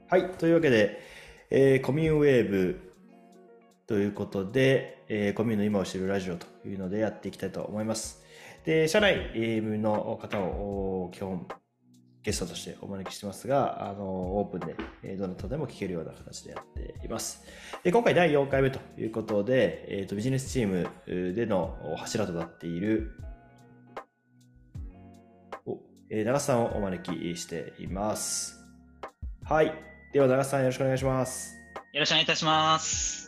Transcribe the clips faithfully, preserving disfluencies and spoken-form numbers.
はい、というわけで、えーコミューンウェーブということで、えーコミューンの今を知るラジオというのでやっていきたいと思います。で、社内えーの方をお基本ゲストとしてお招きしてますが、あのオープンで、えーどなたでも聞けるような形でやっています。で今回だいよんかいめということで、えーとビジネスチームでの柱となっているおえー長瀬さんをお招きしています。はい。では長瀬さんよろしくお願いします。 よろしくお願いいたします。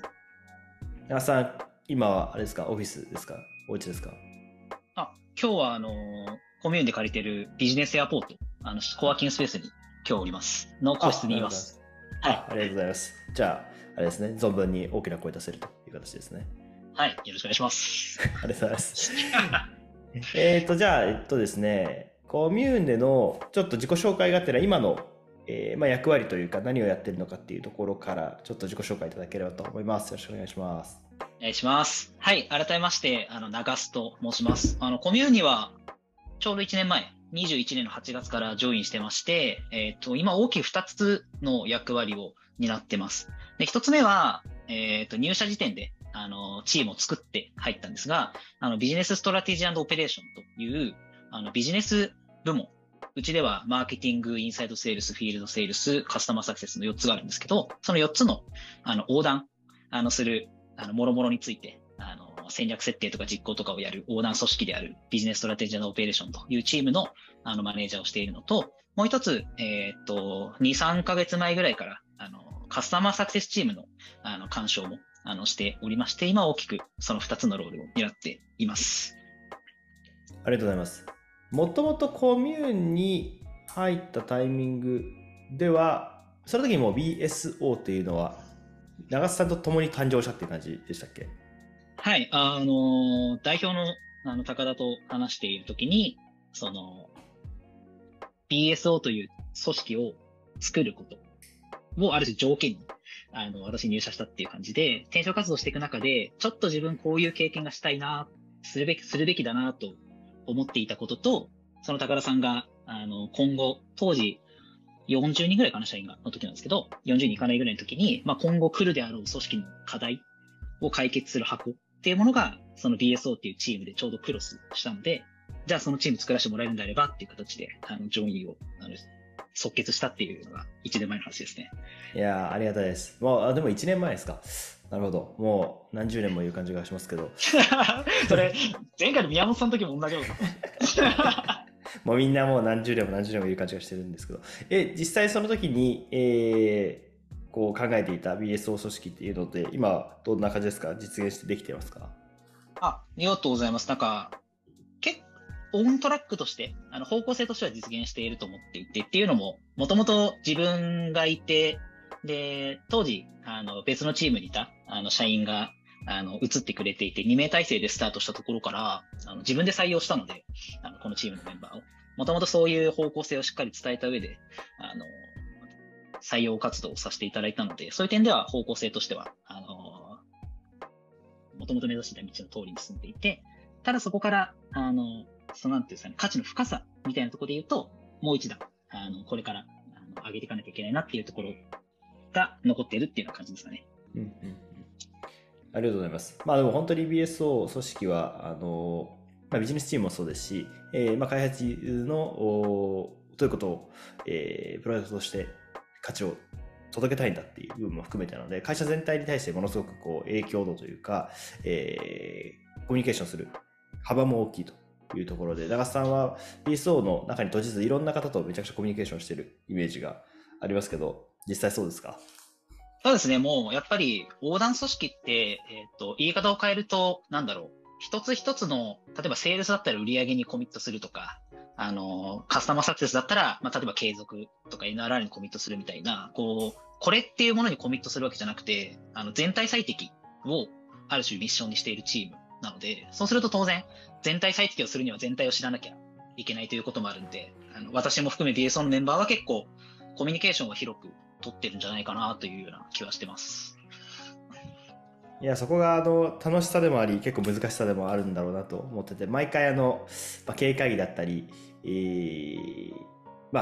長瀬さん、今はあれですか、オフィスですか、お家ですか？ あ、今日はあのーコミューンで借りてるビジネスエアポート、あの、コワーキングスペースに今日おります。の個室あ、 にいます。はい。 あ、ありがとうございます。じゃあ、あれですね、存分に大きな声出せるという形ですね。 はい。よろしくお願いします。 ありがとうございます。えっと、じゃあ、えっとですね、コミューンでのちょっと自己紹介がてら、今の、えーまあ、役割というか、何をやってるのかっていうところから、ちょっと自己紹介いただければと思います。よろしくお願いします。 お願いします。はい。改めまして、あの、長須と申します。あの、コミューンには、ちょうどいちねんまえ、にじゅういちねんのはちがつからジョインしてまして、えっと、今大きくふたつの役割を担ってます。で、ひとつめは、えっと、入社時点で、あの、チームを作って入ったんですが、あの、ビジネスストラテジーオペレーションという、あの、ビジネス部門。うちでは、マーケティング、インサイドセールス、フィールドセールス、カスタマーサクセスのよっつがあるんですけど、そのよっつの、あの、横断、あの、する、あの、もろもろについて、あの、戦略設定とか実行とかをやる横断組織であるビジネスストラテジーオペレーションというチームの、あの、マネージャーをしているのと、もう一つ、えーっと、に、さんかげつまえぐらいから、あの、カスタマーサクセスチームの、あの、干渉も、あの、しておりまして、今大きくそのふたつのロールを担っています。 ありがとうございます。もともとコミューンに入ったタイミングでは、その時にもう ビーエスオー っていうのは、長瀬さんと共に誕生したっていう感じでしたっけ？ はい、あの、代表の、あの、高田と話しているときに、その、ビーエスオー という組織を作ることをある種条件に、あの、私入社したっていう感じで、転職活動していく中で、ちょっと自分こういう経験がしたいな、するべき、するべきだなと思っていたことと、その高田さんが、あの、今後、当時よんじゅうにんぐらいかな、社員が、の時なんですけど、よんじゅうにんいかないぐらいの時に、まあ、今後来るであろう組織の課題を解決する箱っていうものが、その ビーエスオー っていうチームでちょうどクロスしたので、じゃあそのチーム作らせてもらえるんであればっていう形で、あの、ジョインを、あの、即決したっていうのがいちねんまえの話ですね。 いやー、ありがたいです。もう、あ、でもいちねんまえですか。なるほど。もう何十年もいう感じがしますけど。 それ、前回の宮本さんの時も同じようだ。 もうみんなもう何十年も何十年もいう感じがしてるんですけど。え、実際その時に、えーこう考えていた ビーエスオー 組織っていうので、今どんな感じですか？実現してできてますか？ あ、ありがとうございます。なんか、結構、オントラックとして、あの、方向性としては実現していると思っていて、っていうのも、もともと自分がいて、で、当時、あの、別のチームにいた、あの、社員が、あの、移ってくれていて、に名体制でスタートしたところから、あの、自分で採用したので、あの、このチームのメンバーを。もともとそういう方向性をしっかり伝えた上で、あの、採用活動をさせていただいたので、そういう点では方向性としては、あの、もともと目指していた道の通りに進んでいて、ただそこから、あの、そのなんていうんですかね、価値の深さみたいなところで言うと、もう一段、あの、これからあの上げていかなきゃいけないなっていうところが残っているっていうような感じですかね。 うんうんうん。ありがとうございます。まあでも本当に ビーエスオー 組織は、あの、まあ、ビジネスチームもそうですし、えーまあ、開発のおどういうことを、えープロダクトとして価値を届けたいんだっていう部分も含めてなので、会社全体に対してものすごくこう影響度というか、えーコミュニケーションする幅も大きいというところで、長瀬さんは ビーエスオー の中に閉じずいろんな方とめちゃくちゃコミュニケーションしてるイメージがありますけど、実際そうですか？ そうですね、もうやっぱり横断組織って、えっと、言い方を変えると、なんだろう、一つ一つの、例えばセールスだったら売り上げにコミットするとか、あの、カスタマーサクセスだったら、まあ、例えば継続とか エヌアールアール にコミットするみたいな、こう、これっていうものにコミットするわけじゃなくて、あの、全体最適をある種ミッションにしているチームなので、そうすると当然、全体最適をするには全体を知らなきゃいけないということもあるんで、あの私も含め ビーエスオー のメンバーは結構コミュニケーションを広く取ってるんじゃないかなというような気はしてます。 いや、そこがあの楽しさでもあり結構難しさでもあるんだろうなと思ってて、毎回あの、まあ、経営会議だったり、えーまあ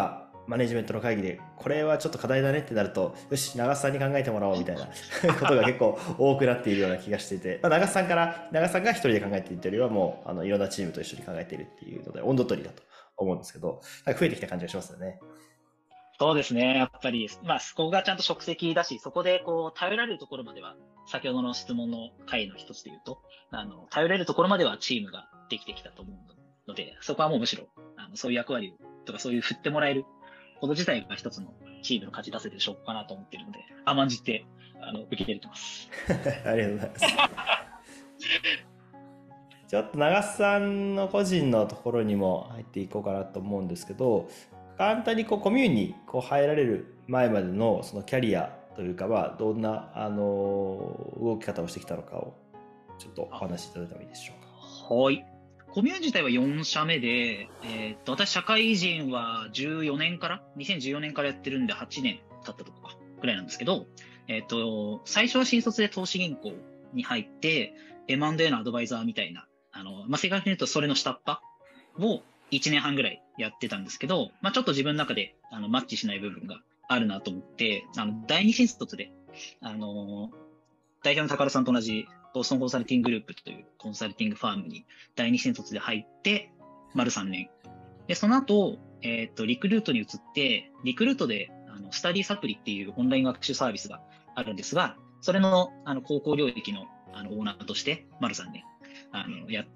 マネジメントの会議でこれはちょっと課題だねってなると、よし長須さんに考えてもらおうみたいなことが結構多くなっているような気がしていて、まあ、長須さんから長須さんが一人で考えているというよりはもうあのいろんなチームと一緒に考えているっていうので温度取りだと思うんですけど、なんか増えてきた感じがしますよね。 そうですね。やっぱり、まあ、そこがちゃんと職責だし、そこでこう、頼られるところまでは、先ほどの質問の回の一つで言うと、あの、頼れるところまではチームができてきたと思うので、そこはもうむしろ、あのそういう役割とか、そういう振ってもらえること自体が一つのチームの勝ち出せる証拠かなと思っているので、甘んじて、あの、受け入れてます。 ありがとうございます。ちょっと長須さんの個人のところにも入っていこうかなと思うんですけど、簡単にこうコミューにこう入られる前までのそのキャリアというかはどんなあの動き方をしてきたのかをちょっとお話しいただいてもいいでしょうか。 はい。コミュー自体はよん社目で、えーっと、私社会人はじゅうよねんから、にせんじゅうよねんからやってるんではちねん経ったとかくらいなんですけど、えーっと、最初は新卒で投資銀行に入って、エムアンドエー のアドバイザーみたいな、あの、まあ、正確に言うとそれの下っ端をいちねんはんぐらいやってたんですけど、まあ、ちょっと自分の中であのマッチしない部分があるなと思って、あの、第二新卒で、あの、代表の高田さんと同じボストンコンサルティンググループというコンサルティングファームに第二新卒で入って、丸さんねん。で、その後、えっと、リクルートに移って、リクルートで、あの、スタディサプリっていうオンライン学習サービスがあるんですが、それの、あの、高校領域の、あの、オーナーとして、丸さんねん、あの、やって、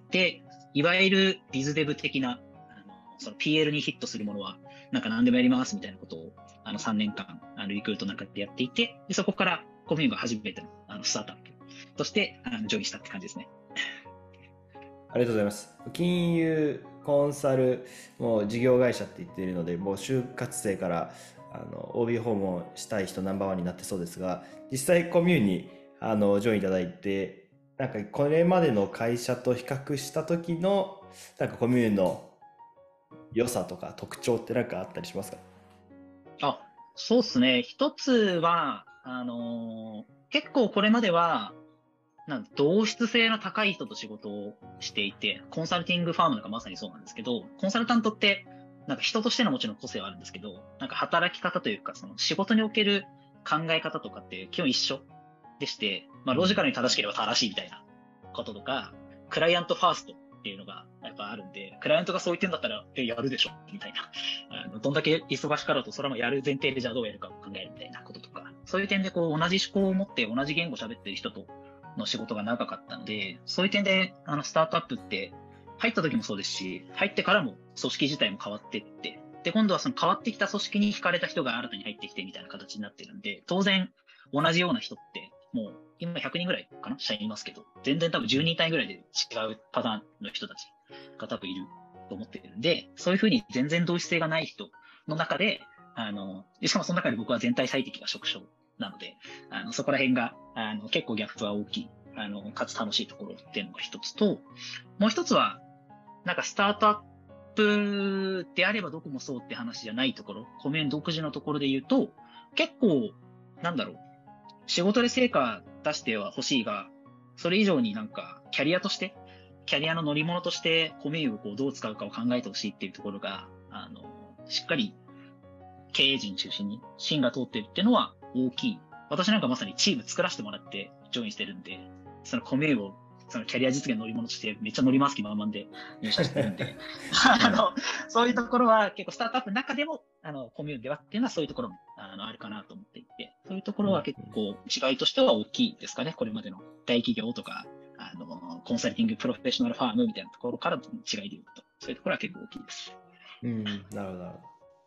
いわゆるビズデブ的な、あの、その ピーエル にヒットするものは、なんか何でもやりますみたいなことを、あの、さんねんかん、あの、リクルートの中でやっていて、でそこからコミューが初めての、あの、スタートアップとして、あの、ジョインしたって感じですね。 ありがとうございます。金融コンサルもう事業会社って言っているので、もう就活生からあの オービー 訪問したい人ナンバーワンになってそうですが、実際コミューにあのジョインいただいて、なんかこれまでの会社と比較した時のなんかコミューの良さとか特徴って何かあったりしますか？ あ、そうっすね。一つは、あのー結構これまでは、なん同質性の高い人と仕事をしていて、コンサルティングファームなんかまさにそうなんですけど、コンサルタントって、なんか人としてのもちろん個性はあるんですけど、なんか働き方というか、その仕事における考え方とかって基本一緒でして、まあロジカルに正しければ正しいみたいなこととか、クライアントファーストっていうのがやっぱあるんで、クライアントがそう言ってんだったら、え、やるでしょみたいな。あのどんだけ忙しかろうと、それもやる前提でじゃあどうやるかを考えるみたいなこととか、そういう点でこう同じ思考を持って同じ言語を喋ってる人との仕事が長かったので、そういう点であのスタートアップって入った時もそうですし、入ってからも組織自体も変わっていって、で、今度はその変わってきた組織に惹かれた人が新たに入ってきてみたいな形になってるんで、当然同じような人ってもう今ひゃくにんぐらいかな社員いますけど、全然多分じゅうにん単位ぐらいで違うパターンの人たちが多分いると思ってるんで、そういうふうに全然同質性がない人の中で、あの、しかもその中で僕は全体最適が職種なので、あの、そこら辺が、あの、結構ギャップは大きい、あの、かつ楽しいところっていうのが一つと、もう一つは、なんかスタートアップであればどこもそうって話じゃないところ、コミューン独自のところで言うと、結構、なんだろう、仕事で成果出しては欲しいが、それ以上になんかキャリアとして、キャリアの乗り物としてコミューをこうどう使うかを考えてほしいっていうところが、あの、しっかり経営陣中心に芯が通ってるっていうのは大きい。私なんかまさにチーム作らせてもらってジョインしてるんで、そのコミューをそのキャリア実現乗り物としてめっちゃ乗り回す気満々で入社してるんで、あの、そういうところは結構スタートアップの中でも、あの、コミューではっていうのはそういうところもあのあるかなと思っていて、そういうところは結構違いとしては大きいですかね。これまでの大企業とか、あの、コンサルティングプロフェッショナルファームみたいなところからの違いで言うと、そういうところは結構大きいです。 うん、なるほど、なるほど。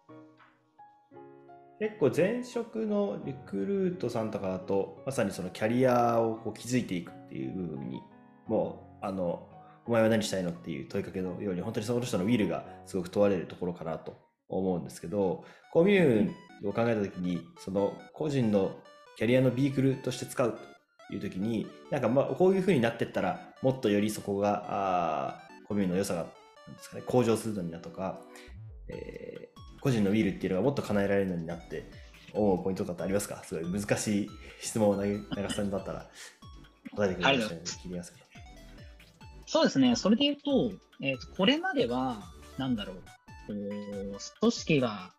結構前職のリクルートさんとかだとまさにそのキャリアをこう築いていくっていう部分にもうあのお前は何したいのっていう問いかけのように本当にその人のウィルがすごく問われるところかなと思うんですけど、コミューンを考えた時にその個人のキャリアのビークルとして使うという時になんかまあこういう風になってったらもっとよりそこがあコミューンの良さがなんですかね、向上するのになとか、えー個人のウィールっていうのがもっと叶えられるようになって思うポイントとかってありますか？すごい難しい質問を投げ長さんだったら答えてくれる人に聞いてみますけど。 そうですね。それで言うと、えーと、これまでは、なんだろう、組織が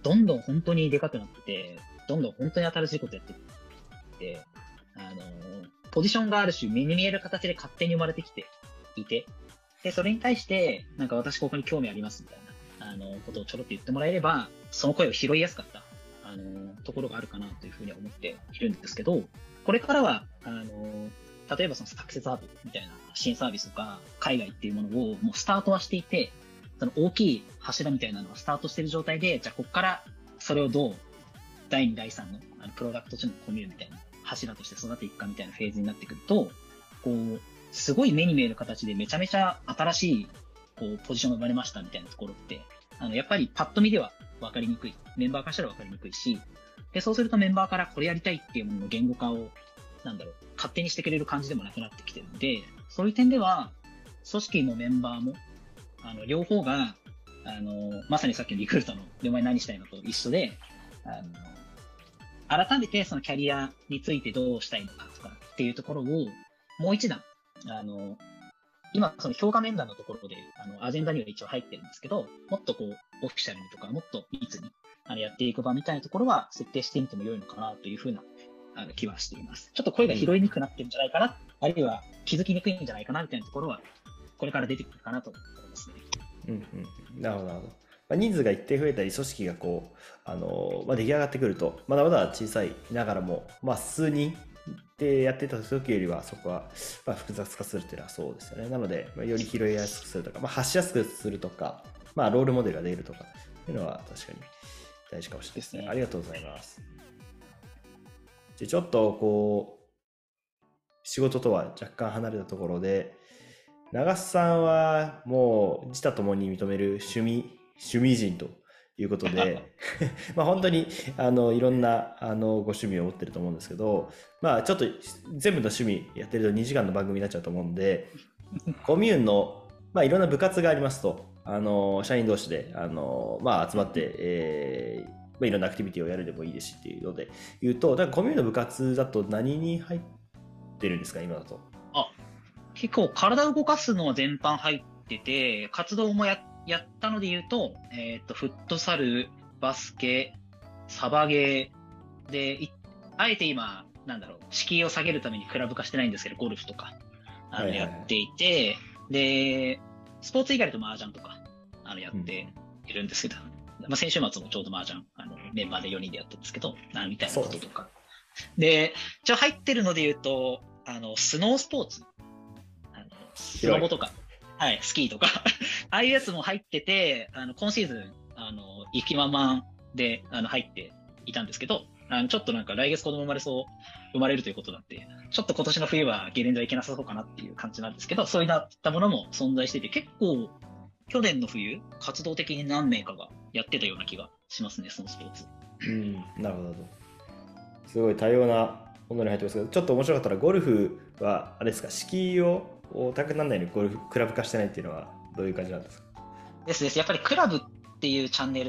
どんどん本当にでかくなってて、どんどん本当に新しいことやってて、あの、ポジションがある種目に見える形で勝手に生まれてきていて、で、それに対して、なんか私ここに興味ありますみたいな、あの、ことをちょろっと言ってもらえれば、その声を拾いやすかった、あの、ところがあるかなというふうには思っているんですけど、これからは、あの、例えばそのサクセスハブみたいな新サービスとか、海外っていうものをもうスタートはしていて、その大きい柱みたいなのがスタートしている状態で、じゃあここからそれをどうだいに、だいさんのあのプロダクトとのコミュニみたいな柱として育っていくかみたいなフェーズになってくると、こう、すごい目に見える形でめちゃめちゃ新しいこうポジションが生まれましたみたいなところって、あのやっぱりパッと見では分かりにくい。メンバーからしたら分かりにくいし、で、そうするとメンバーからこれやりたいっていうものの言語化を、なんだろう、勝手にしてくれる感じでもなくなってきてるので、そういう点では、組織のメンバーも、あの、両方が、あの、まさにさっきのリクルートの、で、お前何したいのと一緒で、あの、改めてそのキャリアについてどうしたいのかとかっていうところを、もう一段、あの、今、その評価面談のところで、あの、アジェンダには一応入ってるんですけど、もっとこう、オフィシャルにとか、もっと密に、あの、やっていく場みたいなところは設定してみても良いのかなというふうな、あの、気はしています。ちょっと声が拾いにくくなってるんじゃないかな、あるいは気づきにくいんじゃないかなみたいなところは、これから出てくるかなと思いますね。 うんうん、なるほどなるほど。まあ、人数が一定増えたり組織がこう、あのまあ、出来上がってくるとまだまだ小さいながらも、まあ、数人でやってた時よりはそこはまあ複雑化するっていうのはそうですよね。なので、まあ、より拾いやすくするとか、まあ、発しやすくするとか、まあ、ロールモデルが出るとかっていうのは確かに大事かもしれないですね。ですね。ありがとうございます。でちょっとこう仕事とは若干離れたところで、長須さんはもう自他ともに認める趣味趣味人ということでまあ本当にあのいろんなあのご趣味を持ってると思うんですけど、まあちょっと全部の趣味やってるとにじかんの番組になっちゃうと思うんでコミューンの、まあ、いろんな部活がありますと、あの社員同士であの、まあ、集まって、えーまあ、いろんなアクティビティをやるでもいいですしっていうので言うと、だからコミューンの部活だと何に入ってるんですか今だと。 あ、結構体を動かすのは全般入ってて、活動も や, やったので言うと、えっと、フットサル、バスケ、サバゲーで、あえて今、なんだろう、敷居を下げるためにクラブ化してないんですけど、ゴルフとか、あの、やっていて、はいはいはい、で、スポーツ以外だと麻雀とか、あの、やっているんですけど、うん、まあ、先週末もちょうど麻雀、あの、メンバーでよにんでやったんですけど、あみたいなこととか。で、じゃあ入ってるので言うと、あの、スノースポーツ、あのスノボとか、はい、スキーとか、ああいうやつも入ってて、あの、今シーズン、あの、雪ままで、あの、入っていたんですけど、あの、ちょっとなんか来月子供生まれそう、生まれるということなんで、ちょっと今年の冬はゲレンデはいけなさそうかなっていう感じなんですけど、そういったものも存在してて、結構、去年の冬、活動的に何名かがやってたような気がしますね、そのスポーツ。 うん、なるほど。すごい多様なものに入ってますけど、ちょっと面白かったら、ゴルフは、あれですか、敷居を高くならないようにゴルフ、クラブ化してないっていうのは、どういう感じなんですか？ ですです。やっぱりクラブっていうチャンネルって、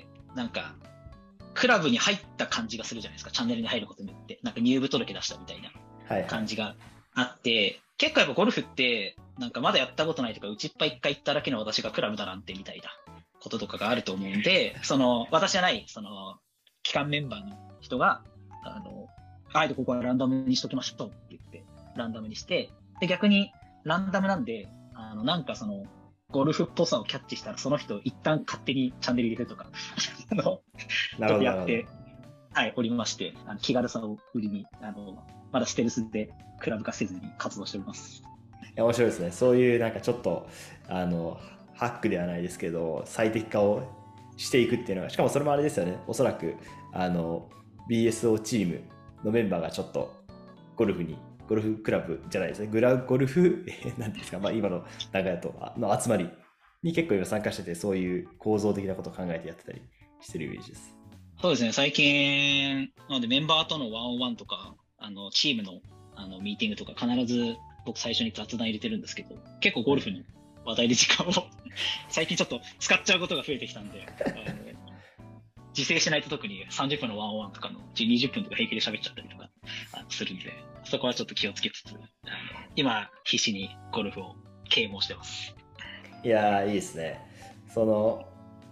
なんか、クラブに入った感じがするじゃないですか。チャンネルに入ることによって。なんか入部届出したみたいな感じがあって、はいはい、結構やっぱゴルフって、なんかまだやったことないとか、うちっぱ一回行っただけの私がクラブだなんてみたいなこととかがあると思うんで、その、私じゃない、その、機関メンバーの人が、あの、あえてここはランダムにしときましょうって言って、ランダムにして、で、逆にランダムなんで、あの、なんかその、ゴルフっぽさをキャッチしたら、その人一旦勝手にチャンネル入れるとか、あの、ちょっとやって、はい、おりまして、あの気軽さを売りに、あの、まだステルスでクラブ化せずに活動しております。 いや、面白いですね。そういうなんかちょっと、あの、ハックではないですけど、最適化をしていくっていうのが、しかもそれもあれですよね。おそらく、あの、ビーエスオー チームのメンバーがちょっとゴルフに、ゴルフクラブじゃないですね。グラゴルフ、なんですか、まあ今の流れだと、の集まりに結構今参加してて、そういう構造的なことを考えてやってたりしてるイメージです。 そうですね。最近、なのでメンバーとのワンオンワンとか、あの、チームの、あの、ミーティングとか必ず僕最初に雑談入れてるんですけど、結構ゴルフの話題で時間を最近ちょっと使っちゃうことが増えてきたんで、あの自制しないと特にさんじゅっぷんのワンオンワンとかのにじゅっぷんとか平気で喋っちゃったりとかするんで、そこはちょっと気をつけつつ、あの今必死にゴルフを啓蒙してます。 いやー、いいですね。その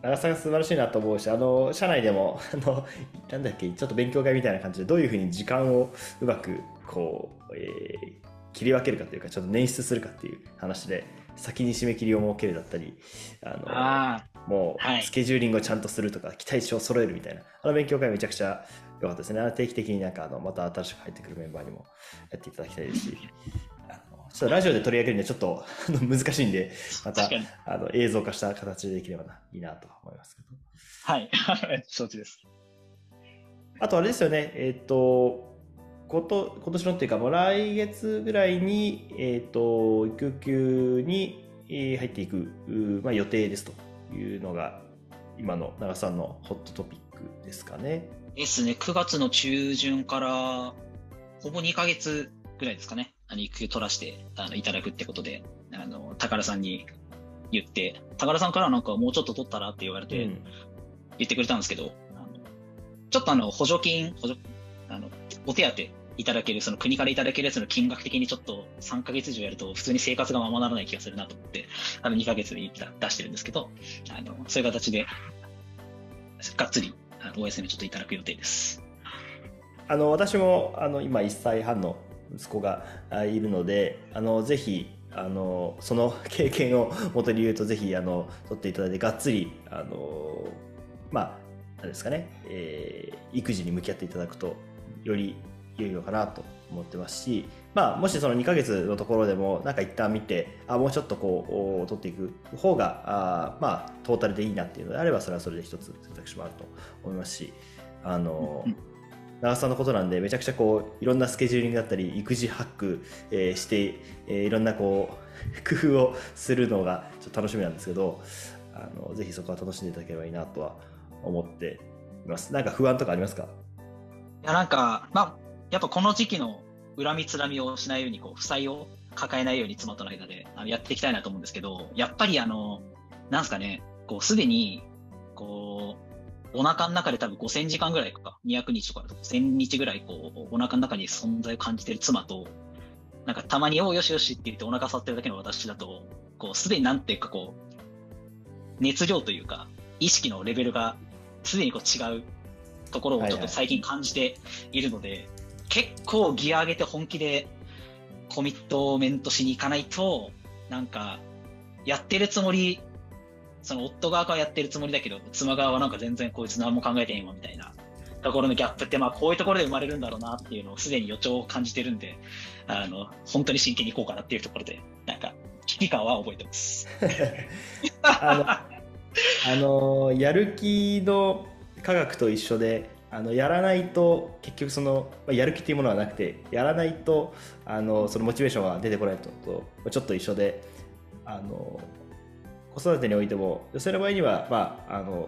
長さが素晴らしいなと思うし、あの社内でもあのなんだっけ、ちょっと勉強会みたいな感じでどういうふうに時間をうまくこう、えー、切り分けるかというか、ちょっと捻出するかっていう話で、先に締め切りを設けるだったり、あのあもはい、 うスケジューリングをちゃんとするとか、期待値を揃えるみたいな、あの勉強会めちゃくちゃ良かったですね。あの定期的になんかあのまた新しく入ってくるメンバーにもやっていただきたいですし、あのちょっとラジオで取り上げるにはちょっとあの難しいんで、また確かに。 あの映像化した形でできればないいなと思いますけど。 はい、承知です。 あとあれですよね、えっ、と、こと、今年のっていうか、もう来月ぐらいに、えっ、と、育休にえー入っていく、うまあ、予定ですというのが、今の長さんのホットトピックですかね。 ですね、くがつの中旬からほぼにかげつぐらいですかね、あの育休取らせてあのいただくってことで、あの高田さんに言って、高田さんからなんかもうちょっと取ったらって言われて、 うん、 言ってくれたんですけど、あのちょっとあの補助金、補助あのお手当いただける、その国からいただけるやつの金額的にちょっとさんかげつ以上やると普通に生活がままならない気がするなと思って、あのにかげつに出してるんですけど、あのそういう形でがっつりあのお休みちょっといただく予定です。 あの私もあの今いっさいはんの息子があいるので、あのぜひあのその経験を元に言うと、ぜひあの取っていただいて、がっつりあのまあ何ですかね、えー育児に向き合っていただくとより良いのかなと思ってますし、まあ、もしそのにかげつのところでもなんか一旦見て、あもうちょっとこう取っていく方があまあトータルでいいなっていうのであれば、それはそれで一つ選択肢もあると思いますし、あの、 うん長さんのことなんで、めちゃくちゃこういろんなスケジューリングだったり育児ハック、えーして、えーいろんなこう工夫をするのがちょっと楽しみなんですけど、あのぜひそこは楽しんでいただければいいなとは思っています。なんか不安とかありますか？ いやなんか、まあ、やっぱこの時期の恨みつらみをしないように、こう、負債を抱えないように妻との間であのやっていきたいなと思うんですけど、やっぱりあの、なんすかね、こう、すでに、こう、お腹の中で多分ごせんじかんぐらいか、にひゃくにちとかだとごせんにちぐらい、こう、お腹の中に存在を感じてる妻と、なんかたまに、おうよしよしって言ってお腹触ってるだけの私だと、こう、すでになんていうかこう、熱量というか、意識のレベルがすでにこう違うところをちょっと最近感じているので、はいはい、結構ギア上げて本気でコミットメントしに行かないと、なんかやってるつもり、その夫側はやってるつもりだけど、妻側はなんか全然こいつ何も考えてへんわみたいなところのギャップって、まあこういうところで生まれるんだろうなっていうのをすでに予兆を感じてるんで、あの本当に真剣にいこうかなっていうところで、なんか危機感は覚えてます。 あのあのやる気の科学と一緒で、あのやらないと結局そのやる気っていうものはなくて、やらないとあのそのモチベーションが出てこないととちょっと一緒で、あの子育てにおいても女性の場合には、まあ、あの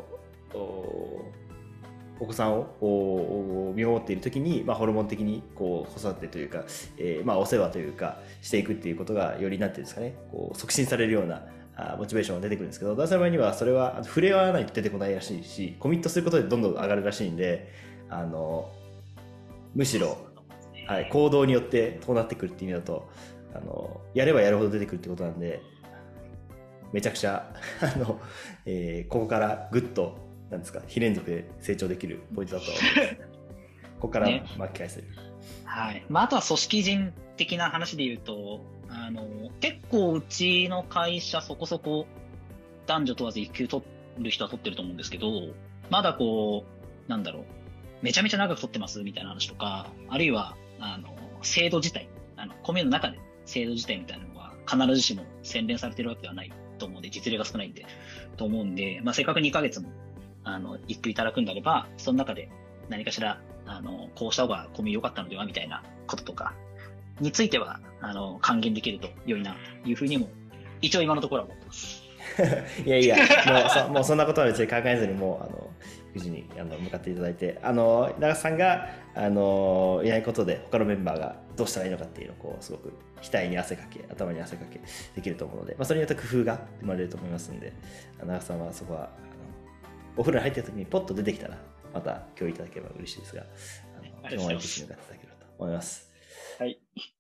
お子さんを見守っているときに、まあ、ホルモン的にこう子育てというか、えーまあ、お世話というかしていくっていうことがよりなんていうんですかね、こう促進されるようなあモチベーションが出てくるんですけど、男性の場合にはそれは触れ合わないと出てこないらしいし、コミットすることでどんどん上がるらしいんで、あのむしろ、はい、行動によってこうなってくるっていう意味だと、あのやればやるほど出てくるってことなんで、めちゃくちゃあの、えー、ここからぐっとなんですか、非連続で成長できるポイントだと思います。ここから巻き返せる、ね、 はいまあ、あとは組織人的な話で言うと、あの結構うちの会社そこそこ男女問わず育休取る人は取ってると思うんですけど、まだこうなんだろうめちゃめちゃ長く取ってますみたいな話とか、あるいはあの制度自体、あのコミュの中で制度自体みたいなのが必ずしも洗練されてるわけではないと思うんで、実例が少ないんでと思うんで、まあ、せっかくにかげつもあの育休いただくんであれば、その中で何かしらあのこうした方がコミュ良かったのではみたいなこととかについてはあの還元できると良いなというふうにも一応今のところは思ってます。 いやいや、もう そ, もうそんなことは別に考えずに、もうあの育児にあの向かっていただいて、あの長瀬さんがあのいないことで他のメンバーがどうしたらいいのかっていうのをこうすごく額に汗かけ、頭に汗かけできると思うので、まあ、それによって工夫が生まれると思いますので、長瀬さんはそこはあのお風呂に入ってる時にポッと出てきたらまた共有いただければ嬉しいですが、あの今後に向かっていただければと思います。 はい。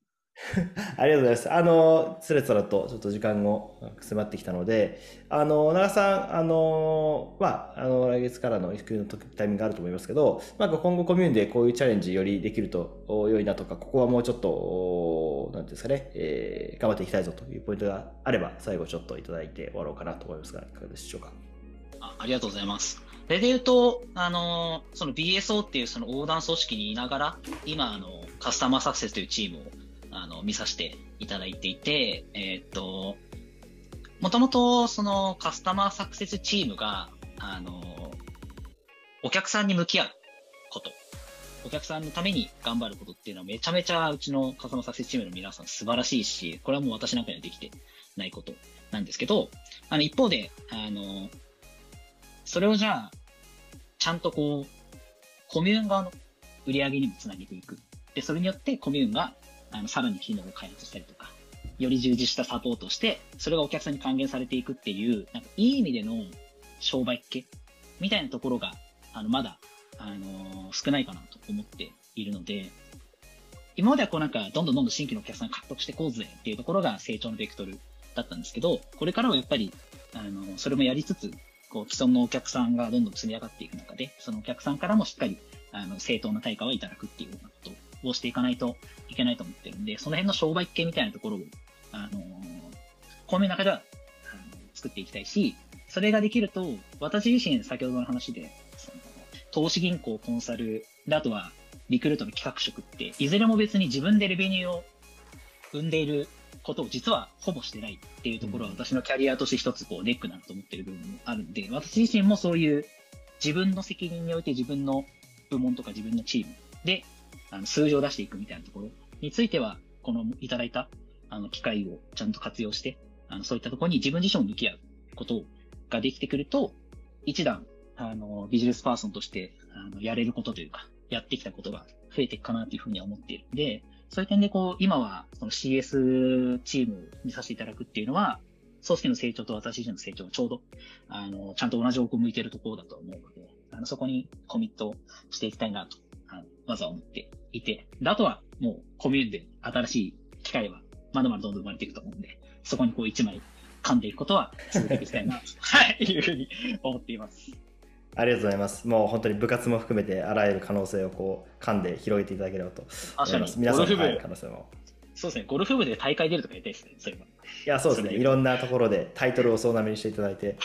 ありがとうございます。あの、つらつらとちょっと時間も迫ってきたので、あの、長瀬さん、あの、まあ、あの、来月からの育休のタイミングがあると思いますけど、まあ、今後コミューンでこういうチャレンジよりできると良いなとか、ここはもうちょっと、なんていうんですかね、えー、頑張っていきたいぞというポイントがあれば、最後ちょっといただいて終わろうかなと思いますが、いかがでしょうか。 あ、ありがとうございます。それで言うと、あの、その ビーエスオー っていうその横断組織にいながら、今、あの、カスタマーサクセスというチームを、あの、見させていただいていて、えーっと、もともと、そのカスタマーサクセスチームが、あの、お客さんに向き合うこと、お客さんのために頑張ることっていうのはめちゃめちゃうちのカスタマーサクセスチームの皆さん素晴らしいし、これはもう私なんかにはできてないことなんですけど、あの、一方で、あの、それをじゃあ、ちゃんとこう、コミューン側の売り上げにもつなげていく。で、それによってコミューンが、あの、さらに機能を開発したりとか、より充実したサポートをして、それがお客さんに還元されていくっていう、なんかいい意味での商売っ気みたいなところが、あの、まだ、あのー少ないかなと思っているので、今まではこうなんか、どんどんどんどん新規のお客さん獲得していこうぜっていうところが成長のベクトルだったんですけど、これからはやっぱり、あの、それもやりつつ、こう、既存のお客さんがどんどん積み上がっていく中で、そのお客さんからもしっかり、あの、正当な対価をいただくっていうようなことをしていかないといけないと思ってるんで、その辺の商売系みたいなところを、あの、コミュの中では、あの作っていきたいし、それができると、私自身、先ほどの話で、その投資銀行、コンサル、で、あとは、リクルートの企画職って、いずれも別に自分でレベニューを生んでいることを実はほぼしてないっていうところは私のキャリアとして一つこうネックだなと思ってる部分もあるんで、私自身もそういう自分の責任において自分の部門とか自分のチームであの数字を出していくみたいなところについては、このいただいたあの機会をちゃんと活用して、あのそういったところに自分自身も向き合うことができてくると、一段あのビジネスパーソンとしてあのやれることというか、やってきたことが増えていくかなというふうには思っているので、そういう点でこう、今はその シーエス チームを見させていただくっていうのは、組織の成長と私自身の成長がちょうど、あの、ちゃんと同じ方向を向いているところだと思うので、あの、そこにコミットしていきたいなと、あのまずは思っていて、で、あとはもうコミューンで新しい機会はまだまだどんどん生まれていくと思うんで、そこにこう一枚噛んでいくことは続けていきたいなと、はい、いうふうに思っています。 ありがとうございます。もう本当に部活も含めてあらゆる可能性をこう噛んで広げていただければと思います。皆さんの、はい、可能性も。 そうですね、ゴルフ部で大会出るとかやりたいですね、それは。いや、そうですね、いろんなところでタイトルを総なめにしていただいて。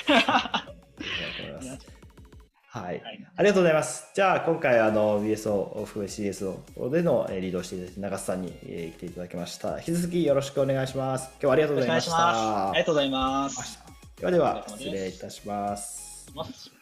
はい、ありがとうございます。じゃあ今回あの ビーエスオー 含め シーエスオー でのリードをしていただいて長瀬さんに来ていただきました。引き続きよろしくお願いします。今日はありがとうございました。 ありがとうございます。 ではでは失礼いたします。